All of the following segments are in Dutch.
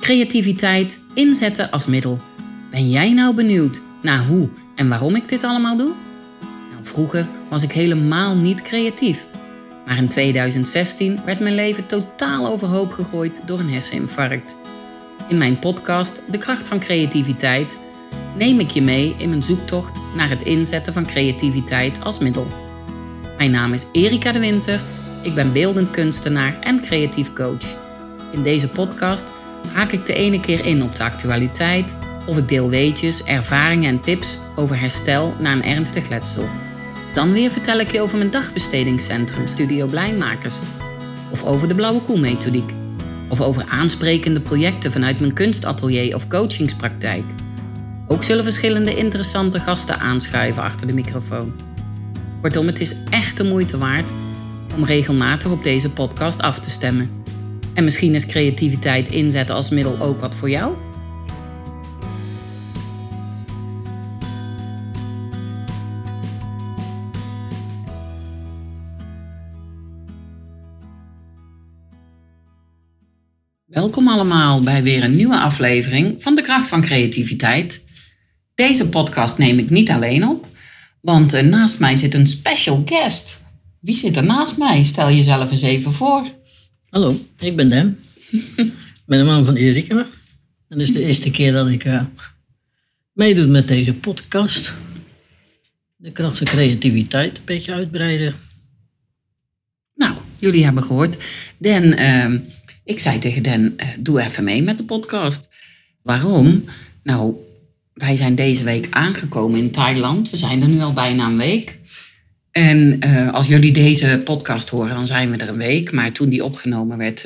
Creativiteit inzetten als middel. Ben jij nou benieuwd naar hoe en waarom ik dit allemaal doe? Nou, vroeger was ik helemaal niet creatief. Maar in 2016 werd mijn leven totaal overhoop gegooid door een herseninfarct. In mijn podcast De Kracht van Creativiteit neem ik je mee in mijn zoektocht naar het inzetten van creativiteit als middel. Mijn naam is Erika de Winter, ik ben beeldend kunstenaar en creatief coach. In deze podcast haak ik de ene keer in op de actualiteit of ik deel weetjes, ervaringen en tips over herstel na een ernstig letsel. Dan weer vertel ik je over mijn dagbestedingscentrum Studio Blijmakers. Of over de Blauwe Koe-methodiek. Of over aansprekende projecten vanuit mijn kunstatelier of coachingspraktijk. Ook zullen verschillende interessante gasten aanschuiven achter de microfoon. Kortom, het is echt de moeite waard om regelmatig op deze podcast af te stemmen. En misschien is creativiteit inzetten als middel ook wat voor jou? Welkom allemaal bij weer een nieuwe aflevering van De Kracht van Creativiteit. Deze podcast neem ik niet alleen op, want naast mij zit een special guest. Wie zit er naast mij? Stel jezelf eens even voor. Hallo, ik ben Dan. Ik ben de man van Erika. En dit is de eerste keer dat ik meedoe met deze podcast. De kracht van creativiteit een beetje uitbreiden. Nou, jullie hebben gehoord. Dan, ik zei tegen Dan, doe even mee met de podcast. Waarom? Nou, wij zijn deze week aangekomen in Thailand. We zijn er nu al bijna een week. En als jullie deze podcast horen, dan zijn we er een week. Maar toen die opgenomen werd,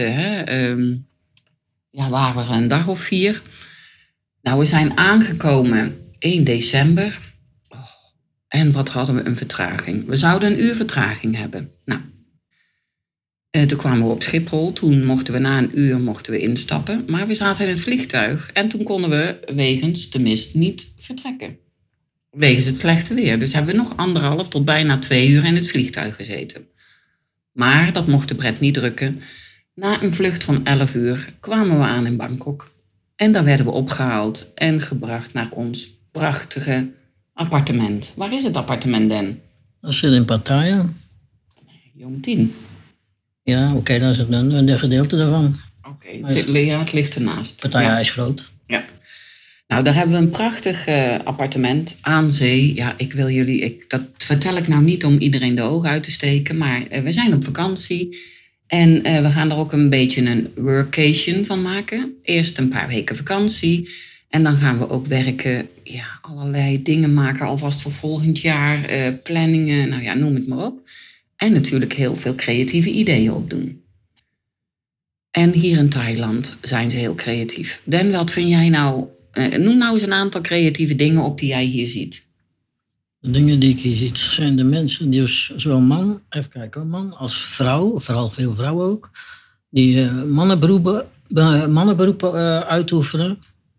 waren we een dag of 4. Nou, we zijn aangekomen 1 december. Oh, en wat hadden we een vertraging. We zouden 1 uur vertraging hebben. Nou, toen kwamen we op Schiphol. Toen mochten we na 1 uur instappen. Maar we zaten in het vliegtuig. En toen konden we wegens de mist niet vertrekken. Wegens het slechte weer. Dus hebben we nog 1,5 tot bijna 2 uur in het vliegtuig gezeten. Maar dat mocht de pret niet drukken. Na een vlucht van 11 uur kwamen we aan in Bangkok. En daar werden we opgehaald en gebracht naar ons prachtige appartement. Waar is het appartement, Dan? Dat zit in Pattaya. Jomtien. Ja, oké, dat is een gedeelte daarvan. Oké, het ligt ernaast. Pattaya is groot. Ja. Nou, daar hebben we een prachtig appartement aan zee. Ja, dat vertel ik nou niet om iedereen de ogen uit te steken, maar we zijn op vakantie en we gaan er ook een beetje een workation van maken. Eerst een paar weken vakantie en dan gaan we ook werken, allerlei dingen maken alvast voor volgend jaar, planningen, noem het maar op. En natuurlijk heel veel creatieve ideeën opdoen. En hier in Thailand zijn ze heel creatief. Dan, wat vind jij nou? Noem nou eens een aantal creatieve dingen op die jij hier ziet. De dingen die ik hier zie zijn de mensen die zowel man als vrouw, vooral veel vrouwen ook, die mannenberoepen uitoefenen.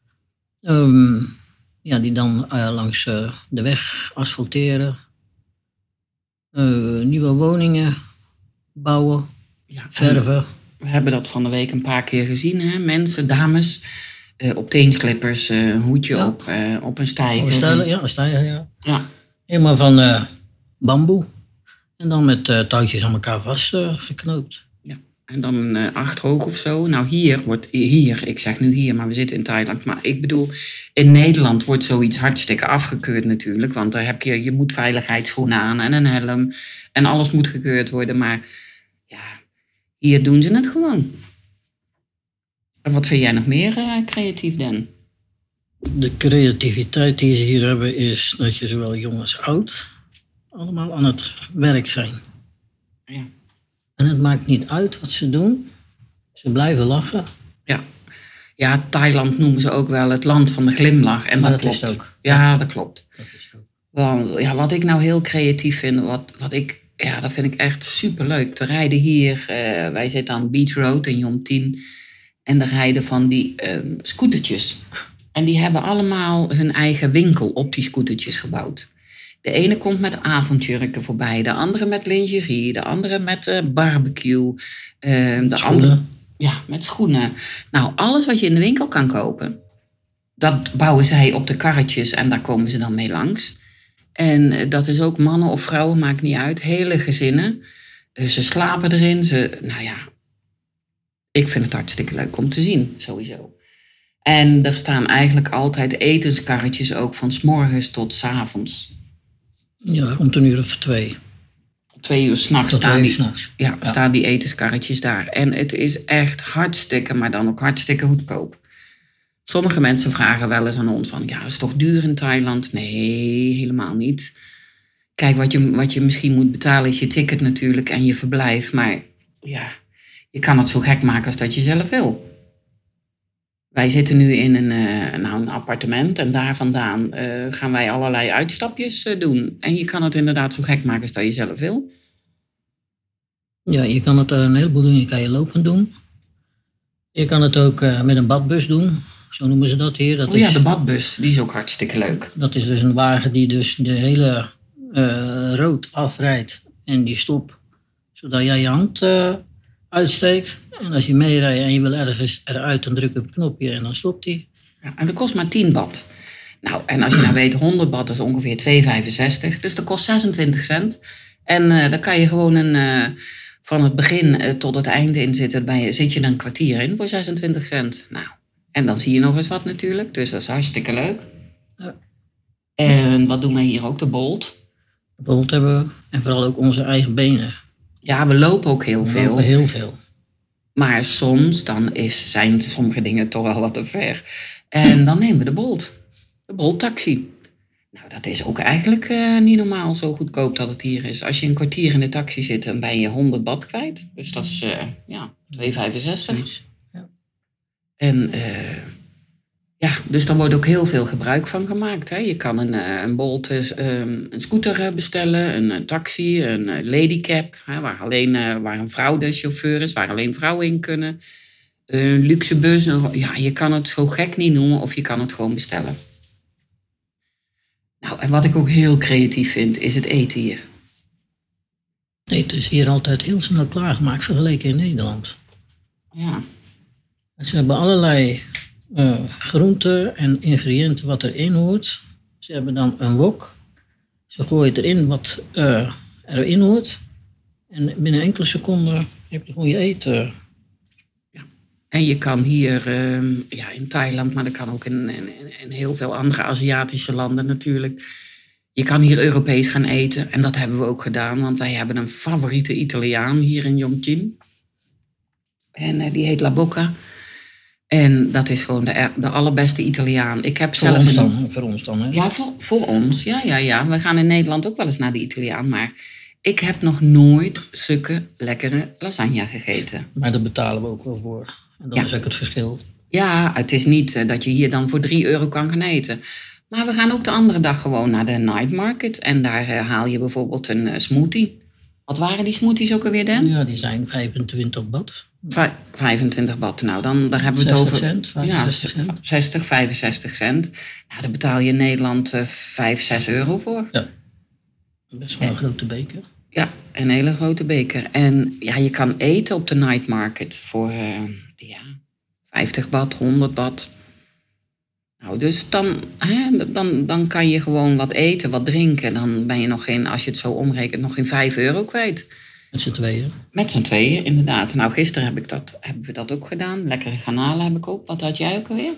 Die dan langs de weg asfalteren, nieuwe woningen bouwen, verven. We hebben dat van de week een paar keer gezien, hè? Mensen, dames, op teenslippers, een hoedje op een steiger. Een steiger, ja. Helemaal van bamboe. En dan met touwtjes aan elkaar vastgeknoopt. Ja, en dan 8 hoog of zo. Nou, hier, ik zeg nu hier, maar we zitten in Thailand. Maar ik bedoel, in Nederland wordt zoiets hartstikke afgekeurd natuurlijk. Want daar heb je moet veiligheidsschoenen aan en een helm. En alles moet gekeurd worden. Maar hier doen ze het gewoon. En wat vind jij nog meer creatief, Dan? De creativiteit die ze hier hebben is dat je zowel jong als oud allemaal aan het werk zijn. Ja. En het maakt niet uit wat ze doen. Ze blijven lachen. Ja, Thailand noemen ze ook wel het land van de glimlach. En maar dat klopt. Is het ook. Ja, dat klopt. Dat is ook. Want, wat ik nou heel creatief vind, dat vind ik echt superleuk. Te rijden hier, wij zitten aan Beach Road in Jomtien. En er rijden van die scootertjes. En die hebben allemaal hun eigen winkel op die scootertjes gebouwd. De ene komt met avondjurken voorbij, de andere met lingerie, de andere met barbecue. Ja, met schoenen. Nou, alles wat je in de winkel kan kopen, dat bouwen zij op de karretjes en daar komen ze dan mee langs. En dat is ook mannen of vrouwen, maakt niet uit. Hele gezinnen. Ze slapen erin. Nou ja, ik vind het hartstikke leuk om te zien, sowieso. En er staan eigenlijk altijd etenskarretjes ook van 's morgens tot 's avonds. Ja, rond 1:02. 2 uur 's nachts Tot staan 2 uur die, 's nachts. ja, staan die etenskarretjes daar. En het is echt hartstikke, maar dan ook hartstikke goedkoop. Sommige mensen vragen wel eens aan ons van, ja, dat is toch duur in Thailand? Nee, helemaal niet. Kijk, wat je misschien moet betalen is je ticket natuurlijk en je verblijf. Maar ja, je kan het zo gek maken als dat je zelf wil. Wij zitten nu in een appartement en daar vandaan gaan wij allerlei uitstapjes doen. En je kan het inderdaad zo gek maken als dat je zelf wil. Ja, je kan het een heleboel doen. Je kan je lopend doen. Je kan het ook met een badbus doen. Zo noemen ze dat hier. Oh ja, de badbus, die is ook hartstikke leuk. Dat is dus een wagen die dus de hele rood afrijdt en die stopt. Zodat jij je hand uitsteekt. En als je meerijdt en je wil ergens eruit, dan druk je op het knopje en dan stopt hij. Ja, en dat kost maar 10 baht. Nou, en als je nou weet, 100 baht is ongeveer 2,65. Dus dat kost 26 cent. En dan kan je gewoon van het begin tot het einde in zitten. Zit je er een kwartier in voor 26 cent. Nou, en dan zie je nog eens wat natuurlijk. Dus dat is hartstikke leuk. Ja. En wat doen wij hier ook? De Bolt. De Bolt hebben we. En vooral ook onze eigen benen. Ja, we lopen ook heel We veel. lopen heel veel. Maar soms zijn sommige dingen toch wel wat te ver. En dan nemen we de Bolt. De Bolt-taxi. Nou, dat is ook eigenlijk niet normaal zo goedkoop dat het hier is. Als je een kwartier in de taxi zit, dan ben je 100 baht kwijt. Dus dat is 2,65. Ja. En dus daar wordt ook heel veel gebruik van gemaakt. Hè. Je kan een Bolt, een scooter bestellen, een taxi, een ladycab. Hè, waar een vrouw de chauffeur is, waar alleen vrouwen in kunnen. Een luxe bus. Ja, je kan het zo gek niet noemen of je kan het gewoon bestellen. Nou, en wat ik ook heel creatief vind, is het eten hier. Nee, het is hier altijd heel snel klaargemaakt vergeleken in Nederland. Ja. Ze hebben allerlei groenten en ingrediënten wat erin hoort. Ze hebben dan een wok. Ze gooien erin wat erin hoort. En binnen enkele seconden heb je gewoon je eten. En je kan hier in Thailand, maar dat kan ook in heel veel andere Aziatische landen natuurlijk. Je kan hier Europees gaan eten. En dat hebben we ook gedaan, want wij hebben een favoriete Italiaan hier in Yongchin. En die heet La Bocca. En dat is gewoon de allerbeste Italiaan. Ik heb Voor ons dan, hè? Ja, voor ons. Ja. We gaan in Nederland ook wel eens naar de Italiaan. Maar ik heb nog nooit zulke lekkere lasagne gegeten. Maar daar betalen we ook wel voor. En dat is ook het verschil. Ja, het is niet dat je hier dan voor 3 euro kan gaan eten. Maar we gaan ook de andere dag gewoon naar de night market. En daar haal je bijvoorbeeld een smoothie. Wat waren die smoothies ook alweer, Dan? Ja, die zijn 25 baht. 25 baht. Nou, daar hebben we het over. 60 cent, 65 cent. 60, 65 cent. Nou, daar betaal je in Nederland 5, 6 euro voor. Ja. Best wel een grote beker. Ja, een hele grote beker. En ja, je kan eten op de night market voor 50 baht, 100 baht. Nou, dus dan kan je gewoon wat eten, wat drinken. Dan ben je nog geen, als je het zo omrekent, nog geen 5 euro kwijt. Met z'n tweeën. Met z'n tweeën, inderdaad. Nou, gisteren hebben we dat ook gedaan. Lekkere garnalen heb ik ook. Wat had jij ook alweer?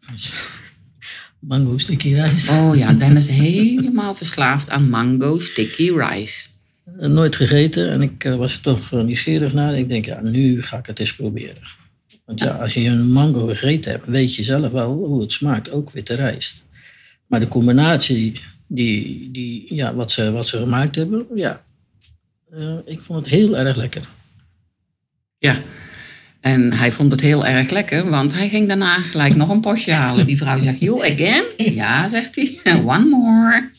Mango sticky rice. Oh ja, Dennis is helemaal verslaafd aan mango sticky rice. Nooit gegeten en ik was er toch nieuwsgierig naar. Ik denk, ja, nu ga ik het eens proberen. Want ja, als je een mango gegeten hebt, weet je zelf wel hoe het smaakt. Ook witte rijst. Maar de combinatie, wat ze gemaakt hebben, ja. Ik vond het heel erg lekker. Ja, en hij vond het heel erg lekker, want hij ging daarna gelijk nog een postje halen. Die vrouw zegt, you again? Ja, zegt hij. One more.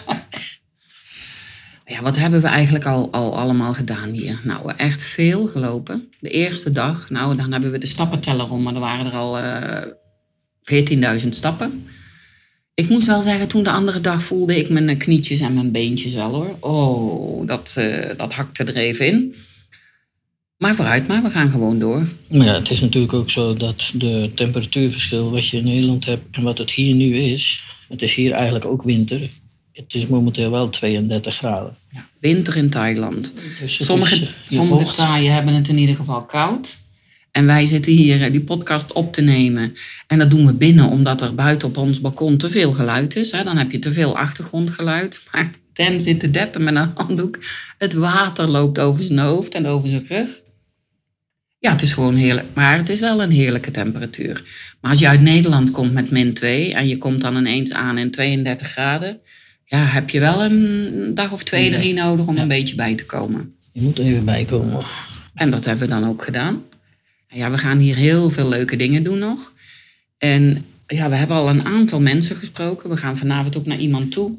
Ja, wat hebben we eigenlijk al allemaal gedaan hier? Nou, echt veel gelopen. De eerste dag, nou, dan hebben we de stappenteller om, maar er waren er al 14.000 stappen. Ik moet wel zeggen, toen de andere dag voelde ik mijn knietjes en mijn beentjes wel, hoor. Oh, dat hakte er even in. Maar vooruit maar, we gaan gewoon door. Maar ja, het is natuurlijk ook zo dat de temperatuurverschil wat je in Nederland hebt en wat het hier nu is, het is hier eigenlijk ook winter. Het is momenteel wel 32 graden. Ja, winter in Thailand. Dus Sommige Thaaien hebben het in ieder geval koud. En wij zitten hier die podcast op te nemen. En dat doen we binnen, omdat er buiten op ons balkon te veel geluid is. Hè. Dan heb je te veel achtergrondgeluid. Maar Dan zit te deppen met een handdoek. Het water loopt over zijn hoofd en over zijn rug. Ja, het is gewoon heerlijk. Maar het is wel een heerlijke temperatuur. Maar als je uit Nederland komt met -2 en je komt dan ineens aan in 32 graden... ja, heb je wel een dag of 2, 3 nodig om een beetje bij te komen. Je moet even bijkomen. En dat hebben we dan ook gedaan. Ja, we gaan hier heel veel leuke dingen doen nog. En ja, we hebben al een aantal mensen gesproken. We gaan vanavond ook naar iemand toe.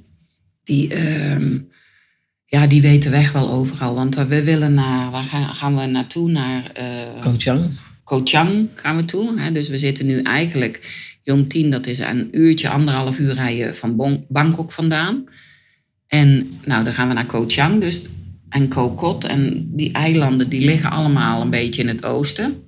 Die weet de weg wel overal. Want we willen waar gaan we naartoe? Naar Koh Chang gaan we toe. Hè? Dus we zitten nu eigenlijk... Yongtin, dat is een uurtje, 1,5 uur rijden van Bangkok vandaan. En nou, dan gaan we naar Koh Chang dus, en Koh Kot. En die eilanden die liggen allemaal een beetje in het oosten.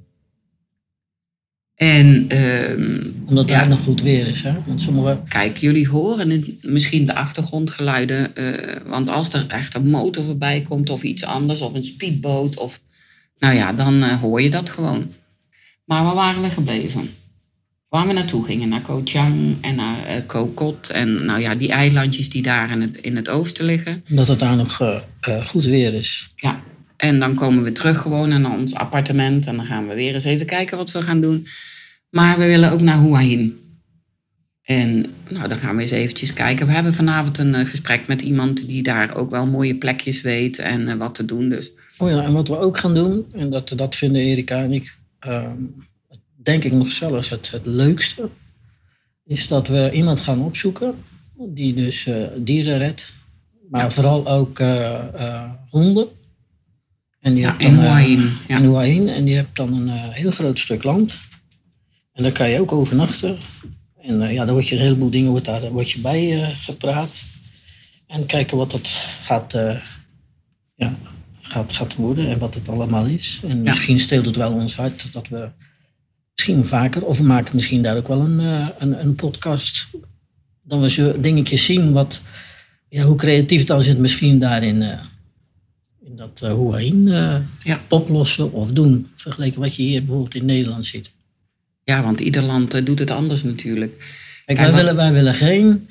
En, omdat daar nog goed weer is, hè? Want sommige... Kijk, jullie horen misschien de achtergrondgeluiden. Want als er echt een motor voorbij komt of iets anders, of een speedboot, of... Nou ja, dan hoor je dat gewoon. Maar waar waren we gebleven? Waar we naartoe gingen, naar Koh Chang en naar Koh Kot. En nou ja, die eilandjes die daar in het oosten liggen. Dat het daar nog goed weer is. Ja, en dan komen we terug gewoon naar ons appartement. En dan gaan we weer eens even kijken wat we gaan doen. Maar we willen ook naar Hua Hin. En nou, dan gaan we eens eventjes kijken. We hebben vanavond een gesprek met iemand die daar ook wel mooie plekjes weet en wat te doen. Dus. Oh ja, en wat we ook gaan doen, en dat vinden Erika en ik... denk ik nog zelfs het leukste, is dat we iemand gaan opzoeken die dus dieren redt, maar vooral ook honden. En die in Hua Hin. In Hua Hin. En die hebt dan een heel groot stuk land. En daar kan je ook overnachten. En dan word je een heleboel dingen wordt je bij gepraat. En kijken wat dat gaat worden en wat het allemaal is. En misschien steelt het wel ons hart dat we misschien vaker, of we maken misschien daar ook wel een podcast. Dan we zo dingetjes zien hoe creatief dan zit misschien daarin in dat Hua Hin oplossen of doen. Vergeleken wat je hier bijvoorbeeld in Nederland ziet. Ja, want ieder land doet het anders natuurlijk. Kijk, wij willen geen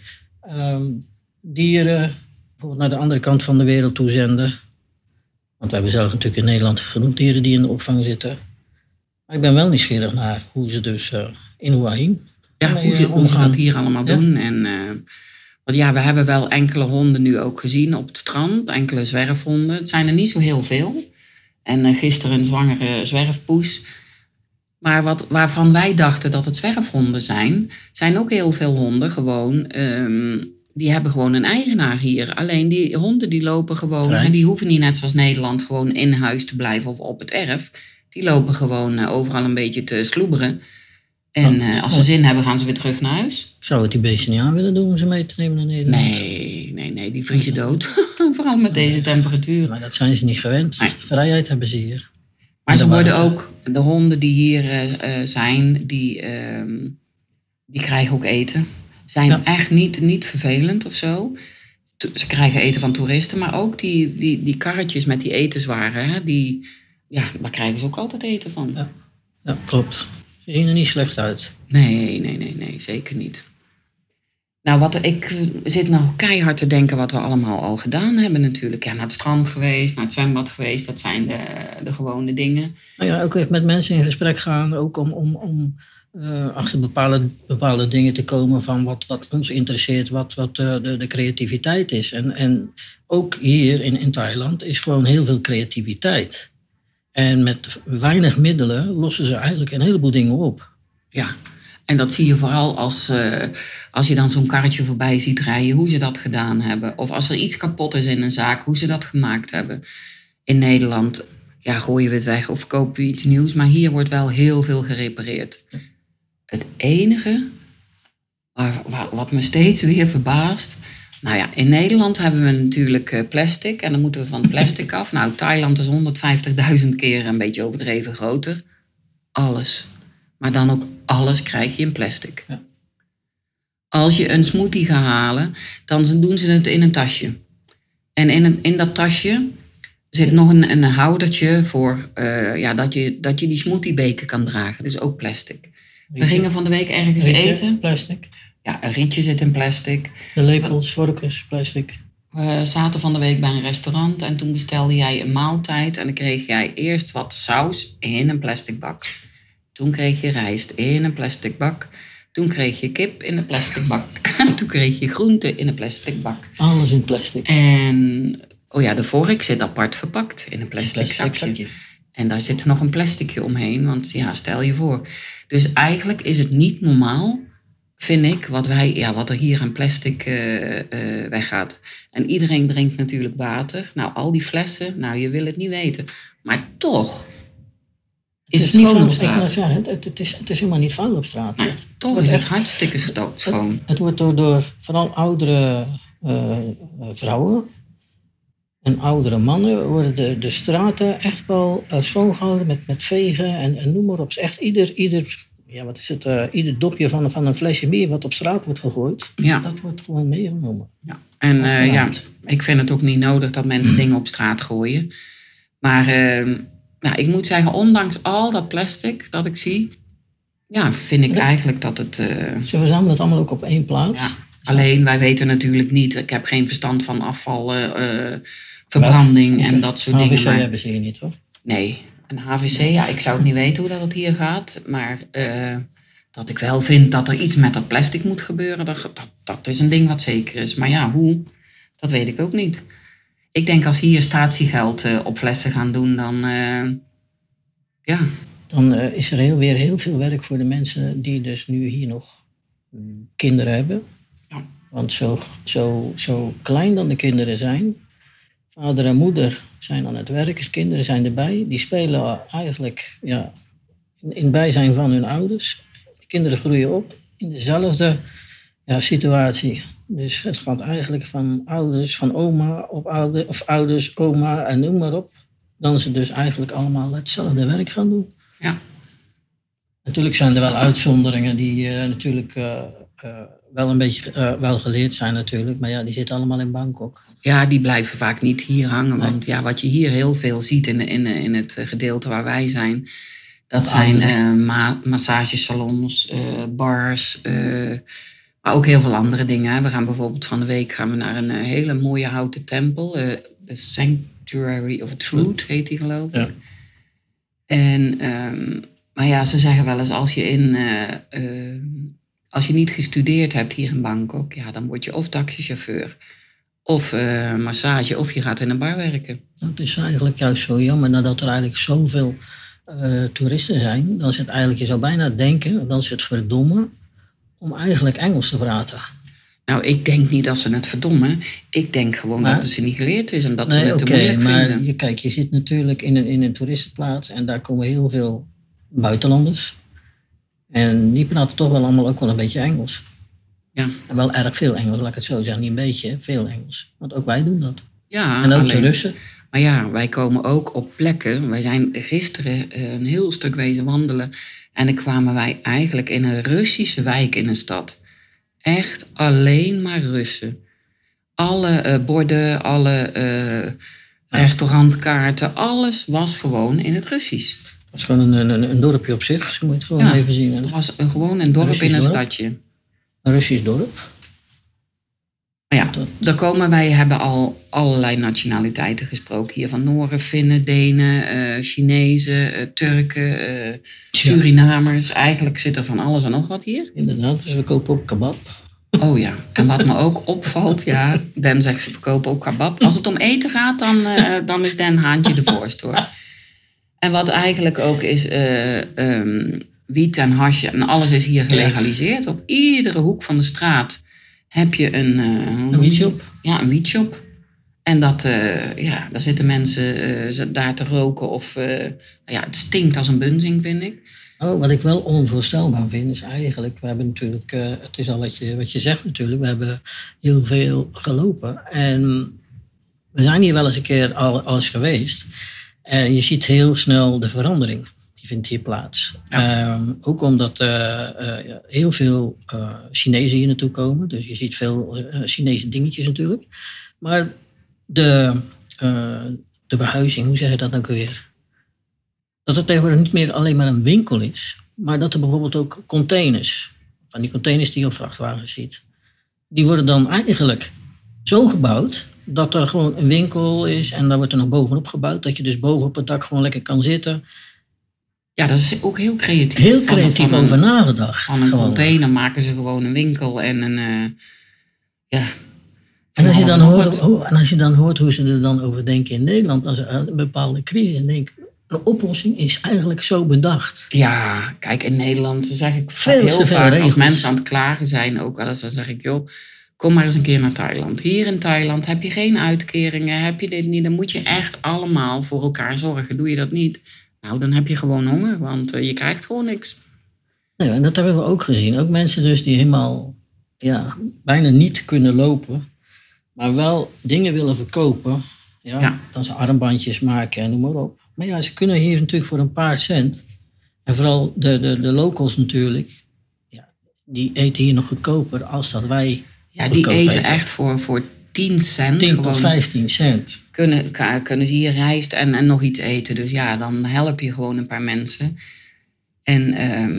dieren bijvoorbeeld naar de andere kant van de wereld toe zenden. Want we hebben zelf natuurlijk in Nederland genoeg dieren die in de opvang zitten. Maar ik ben wel nieuwsgierig naar hoe ze dus in Hua Hin hoe ze dat hier allemaal doen. En, want ja, we hebben wel enkele honden nu ook gezien op het strand. Enkele zwerfhonden. Het zijn er niet zo heel veel. En gisteren een zwangere zwerfpoes. Maar waarvan wij dachten dat het zwerfhonden zijn ook heel veel honden gewoon... die hebben gewoon een eigenaar hier. Alleen die honden die lopen gewoon... En die hoeven niet net zoals Nederland gewoon in huis te blijven of op het erf. Die lopen gewoon overal een beetje te sloeberen. En als ze zin hebben, gaan ze weer terug naar huis. Zou het die beesten niet aan willen doen om ze mee te nemen naar Nederland? Nee, die vriezen dood. Vooral met deze temperatuur. Maar dat zijn ze niet gewend. Nee. Vrijheid hebben ze hier. Maar ze worden ook, de honden die hier zijn, die krijgen ook eten. Zijn echt niet vervelend of zo. Ze krijgen eten van toeristen, maar ook die karretjes met die etenswaren, hè, daar krijgen ze ook altijd eten van. Ja, klopt. Ze zien er niet slecht uit. Nee, zeker niet. Nou, ik zit nog keihard te denken wat we allemaal al gedaan hebben natuurlijk. Ja, naar het strand geweest, naar het zwembad geweest. Dat zijn de gewone dingen. Nou ja, ook echt met mensen in gesprek gaan. Ook om achter bepaalde dingen te komen van wat ons interesseert. Wat de creativiteit is. En ook hier in Thailand is gewoon heel veel creativiteit. En met weinig middelen lossen ze eigenlijk een heleboel dingen op. Ja, en dat zie je vooral als je dan zo'n karretje voorbij ziet rijden, hoe ze dat gedaan hebben. Of als er iets kapot is in een zaak, hoe ze dat gemaakt hebben. In Nederland, gooien we het weg of kopen we iets nieuws. Maar hier wordt wel heel veel gerepareerd. Het enige wat me steeds weer verbaast, Nou ja, in Nederland hebben we natuurlijk plastic en dan moeten we van plastic af. Nou, Thailand is 150.000 keer een beetje overdreven groter. Alles. Maar dan ook alles krijg je in plastic. Ja. Als je een smoothie gaat halen, dan doen ze het in een tasje. En in dat tasje zit nog een houdertje voor dat je die smoothiebeker kan dragen. Dus ook plastic. We gingen van de week ergens eten. Plastic. Ja, een rietje zit in plastic. De lepels, vorkjes, plastic. We zaten van de week bij een restaurant en toen bestelde jij een maaltijd. En dan kreeg jij eerst wat saus in een plastic bak. Toen kreeg je rijst in een plastic bak. Toen kreeg je kip in een plastic bak. En toen kreeg je groenten in een plastic bak. Alles in plastic. En de vork zit apart verpakt in een plastic zakje. En daar zit nog een plasticje omheen, want ja, stel je voor. Dus eigenlijk is het niet normaal, vind ik, wat er hier aan plastic weggaat. En iedereen drinkt natuurlijk water. Nou, al die flessen, nou, je wil het niet weten. Maar toch is het schoon op straat. Het is helemaal niet vuil op straat. Nee, toch is het hartstikke schoon. Het wordt door vooral oudere vrouwen en oudere mannen worden de straten echt wel schoongehouden met vegen en noem maar op. Echt ieder dopje van een flesje bier wat op straat wordt gegooid, dat wordt gewoon meegenomen. Ja. En ik vind het ook niet nodig dat mensen dingen op straat gooien. Maar ik moet zeggen, ondanks al dat plastic dat ik zie, vind ik eigenlijk dat het... Ze verzamelen het allemaal ook op één plaats. Ja. Alleen, wij weten natuurlijk niet, ik heb geen verstand van afval, verbranding en dat soort dingen. HVC hebben ze hier niet, hoor. Nee, een HVC, ik zou het niet weten hoe dat het hier gaat. Maar dat ik wel vind dat er iets met dat plastic moet gebeuren, dat is een ding wat zeker is. Maar ja, hoe? Dat weet ik ook niet. Ik denk als hier statiegeld op flessen gaan doen, dan Dan is er weer heel veel werk voor de mensen die dus nu hier nog kinderen hebben. Ja. Want zo klein dan de kinderen zijn, vader en moeder zijn aan het werk, kinderen zijn erbij. Die spelen eigenlijk in bijzijn van hun ouders. De kinderen groeien op in dezelfde situatie. Dus het gaat eigenlijk van ouders, van oma op ouders, of ouders, oma en noem maar op. Dan ze dus eigenlijk allemaal hetzelfde werk gaan doen. Ja. Natuurlijk zijn er wel uitzonderingen die natuurlijk wel een beetje wel geleerd zijn natuurlijk. Maar die zitten allemaal in Bangkok. Ja, die blijven vaak niet hier hangen. Nee. Want wat je hier heel veel ziet in het gedeelte waar wij zijn, dat zijn massagesalons, bars, maar ook heel veel andere dingen. We gaan bijvoorbeeld van de week naar een hele mooie houten tempel. The Sanctuary of Truth heet die, geloof ik. Ja. En, maar ze zeggen wel eens, als je niet gestudeerd hebt hier in Bangkok, dan word je of taxichauffeur, of massage, of je gaat in een bar werken. Het is eigenlijk juist zo jammer, nadat er eigenlijk zoveel toeristen zijn, dan zit eigenlijk, je zou bijna denken, dan is het verdommen om eigenlijk Engels te praten. Nou, ik denk niet dat ze het verdommen. Ik denk gewoon dat het ze niet geleerd is en dat ze het te moeilijk vinden. Maar je zit natuurlijk in een toeristenplaats en daar komen heel veel buitenlanders. En die praten toch wel allemaal ook wel een beetje Engels. Ja. En wel erg veel Engels, laat ik het zo zeggen. Niet een beetje, veel Engels. Want ook wij doen dat. Ja, en ook de Russen. Maar wij komen ook op plekken. Wij zijn gisteren een heel stuk wezen wandelen. En dan kwamen wij eigenlijk in een Russische wijk in een stad. Echt alleen maar Russen. Alle borden, alle restaurantkaarten, alles was gewoon in het Russisch. Het was gewoon een dorpje op zich, zo moet je het gewoon even zien. Het was gewoon een dorp in een stadje. Een Russisch dorp. Maar daar komen wij, hebben al allerlei nationaliteiten gesproken hier. Van Nooren, Finnen, Denen, Chinezen, Turken, Surinamers. Eigenlijk zit er van alles en nog wat hier. Inderdaad, dus we kopen ook kebab. Oh ja, en wat me ook opvalt, Dan zegt ze verkopen ook kebab. Als het om eten gaat, dan is Dan haantje de voorst, hoor. En wat eigenlijk ook is, wiet en hasje en alles is hier gelegaliseerd. Op iedere hoek van de straat heb je een wietshop. Ja, een wietshop. En daar zitten mensen daar te roken of... het stinkt als een bunzing, vind ik. Wat ik wel onvoorstelbaar vind is eigenlijk... We hebben natuurlijk... het is al wat je zegt natuurlijk. We hebben heel veel gelopen. En we zijn hier wel eens een keer al eens geweest. En je ziet heel snel de verandering. Die vindt hier plaats. Ja. Ook omdat heel veel Chinezen hier naartoe komen. Dus je ziet veel Chinese dingetjes natuurlijk. Maar de behuizing, hoe zeg je dat nou weer? Dat het tegenwoordig niet meer alleen maar een winkel is. Maar dat er bijvoorbeeld ook containers. Van die containers die je op vrachtwagens ziet. Die worden dan eigenlijk zo gebouwd... dat er gewoon een winkel is en daar wordt er nog bovenop gebouwd. Dat je dus boven op het dak gewoon lekker kan zitten. Ja, dat is ook heel creatief. Heel creatief over nagedacht. Van een container maken ze gewoon een winkel en een... En als je dan hoort hoe ze er dan over denken in Nederland... als er een bepaalde crisis denkt... de oplossing is eigenlijk zo bedacht. Ja, kijk, in Nederland zeg ik heel vaak... als mensen aan het klagen zijn ook wel eens... dan zeg ik, joh, kom maar eens een keer naar Thailand. Hier in Thailand heb je geen uitkeringen, heb je dit niet... dan moet je echt allemaal voor elkaar zorgen. Doe je dat niet, nou, dan heb je gewoon honger... want je krijgt gewoon niks. Nee, en dat hebben we ook gezien. Ook mensen dus die helemaal bijna niet kunnen lopen... maar wel dingen willen verkopen. Dan ze armbandjes maken en noem maar op. Maar ja, ze kunnen hier natuurlijk voor een paar cent. En vooral de locals natuurlijk. Ja, die eten hier nog goedkoper als dat wij. Ja, die eten echt voor 10 cent. 10 tot 15 cent. Kunnen ze hier rijst en nog iets eten. Dus ja, dan help je gewoon een paar mensen. En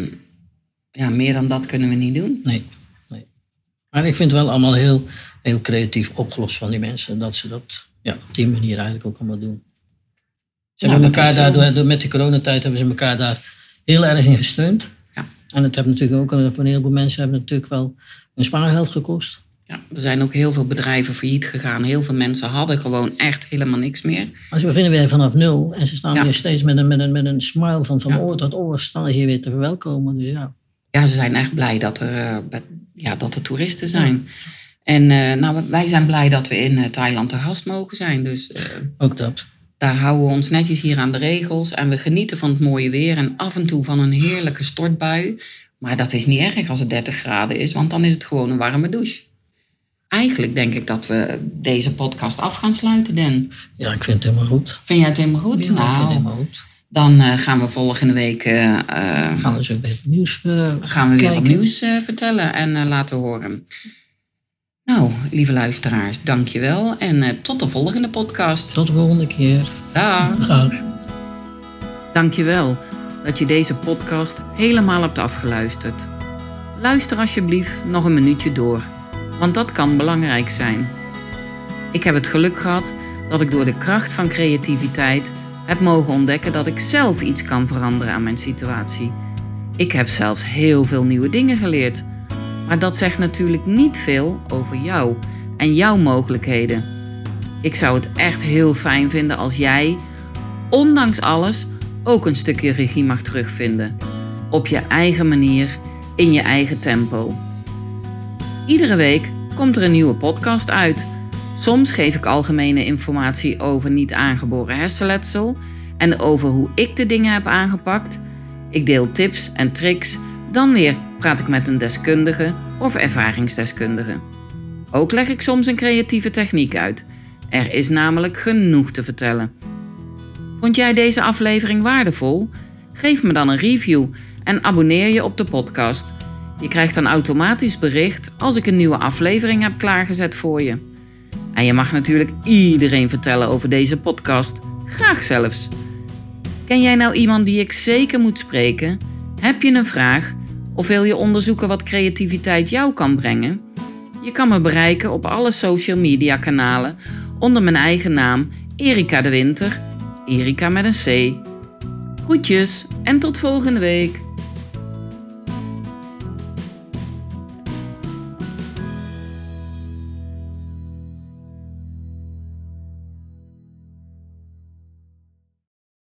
meer dan dat kunnen we niet doen. Nee. Maar ik vind het wel allemaal heel creatief opgelost van die mensen. Dat ze dat op die manier eigenlijk ook allemaal doen. Ze hebben elkaar daar, met de coronatijd hebben ze elkaar daar heel erg in gesteund. Ja. En het heeft natuurlijk ook voor een heleboel mensen hebben natuurlijk wel een spaargeld gekost. Ja, er zijn ook heel veel bedrijven failliet gegaan. Heel veel mensen hadden gewoon echt helemaal niks meer. Maar ze beginnen weer vanaf nul. En ze staan weer steeds met een smile van oor tot oor. Staan ze hier weer te verwelkomen. Dus ja, ze zijn echt blij dat er toeristen zijn. Ja. En wij zijn blij dat we in Thailand te gast mogen zijn. Dus, ook dat. Daar houden we ons netjes hier aan de regels. En we genieten van het mooie weer. En af en toe van een heerlijke stortbui. Maar dat is niet erg als het 30 graden is. Want dan is het gewoon een warme douche. Eigenlijk denk ik dat we deze podcast af gaan sluiten, Dan. Ja, ik vind het helemaal goed. Vind jij het helemaal goed? Ja, ik vind het helemaal goed. Dan gaan we volgende week... gaan we dus weer het nieuws gaan we weer wat nieuws vertellen en laten horen. Nou, lieve luisteraars, dankjewel. En tot de volgende podcast. Tot de volgende keer. Dag. Dankjewel dat je deze podcast helemaal hebt afgeluisterd. Luister alsjeblieft nog een minuutje door, want dat kan belangrijk zijn. Ik heb het geluk gehad dat ik door de kracht van creativiteit heb mogen ontdekken dat ik zelf iets kan veranderen aan mijn situatie. Ik heb zelfs heel veel nieuwe dingen geleerd. Maar dat zegt natuurlijk niet veel over jou en jouw mogelijkheden. Ik zou het echt heel fijn vinden als jij, ondanks alles, ook een stukje regie mag terugvinden. Op je eigen manier, in je eigen tempo. Iedere week komt er een nieuwe podcast uit. Soms geef ik algemene informatie over niet aangeboren hersenletsel en over hoe ik de dingen heb aangepakt. Ik deel tips en tricks, dan weer praat ik met een deskundige of ervaringsdeskundige. Ook leg ik soms een creatieve techniek uit. Er is namelijk genoeg te vertellen. Vond jij deze aflevering waardevol? Geef me dan een review en abonneer je op de podcast. Je krijgt dan automatisch bericht als ik een nieuwe aflevering heb klaargezet voor je. En je mag natuurlijk iedereen vertellen over deze podcast. Graag zelfs. Ken jij nou iemand die ik zeker moet spreken? Heb je een vraag? Of wil je onderzoeken wat creativiteit jou kan brengen? Je kan me bereiken op alle social media kanalen onder mijn eigen naam Erika de Winter. Erika met een C. Groetjes en tot volgende week.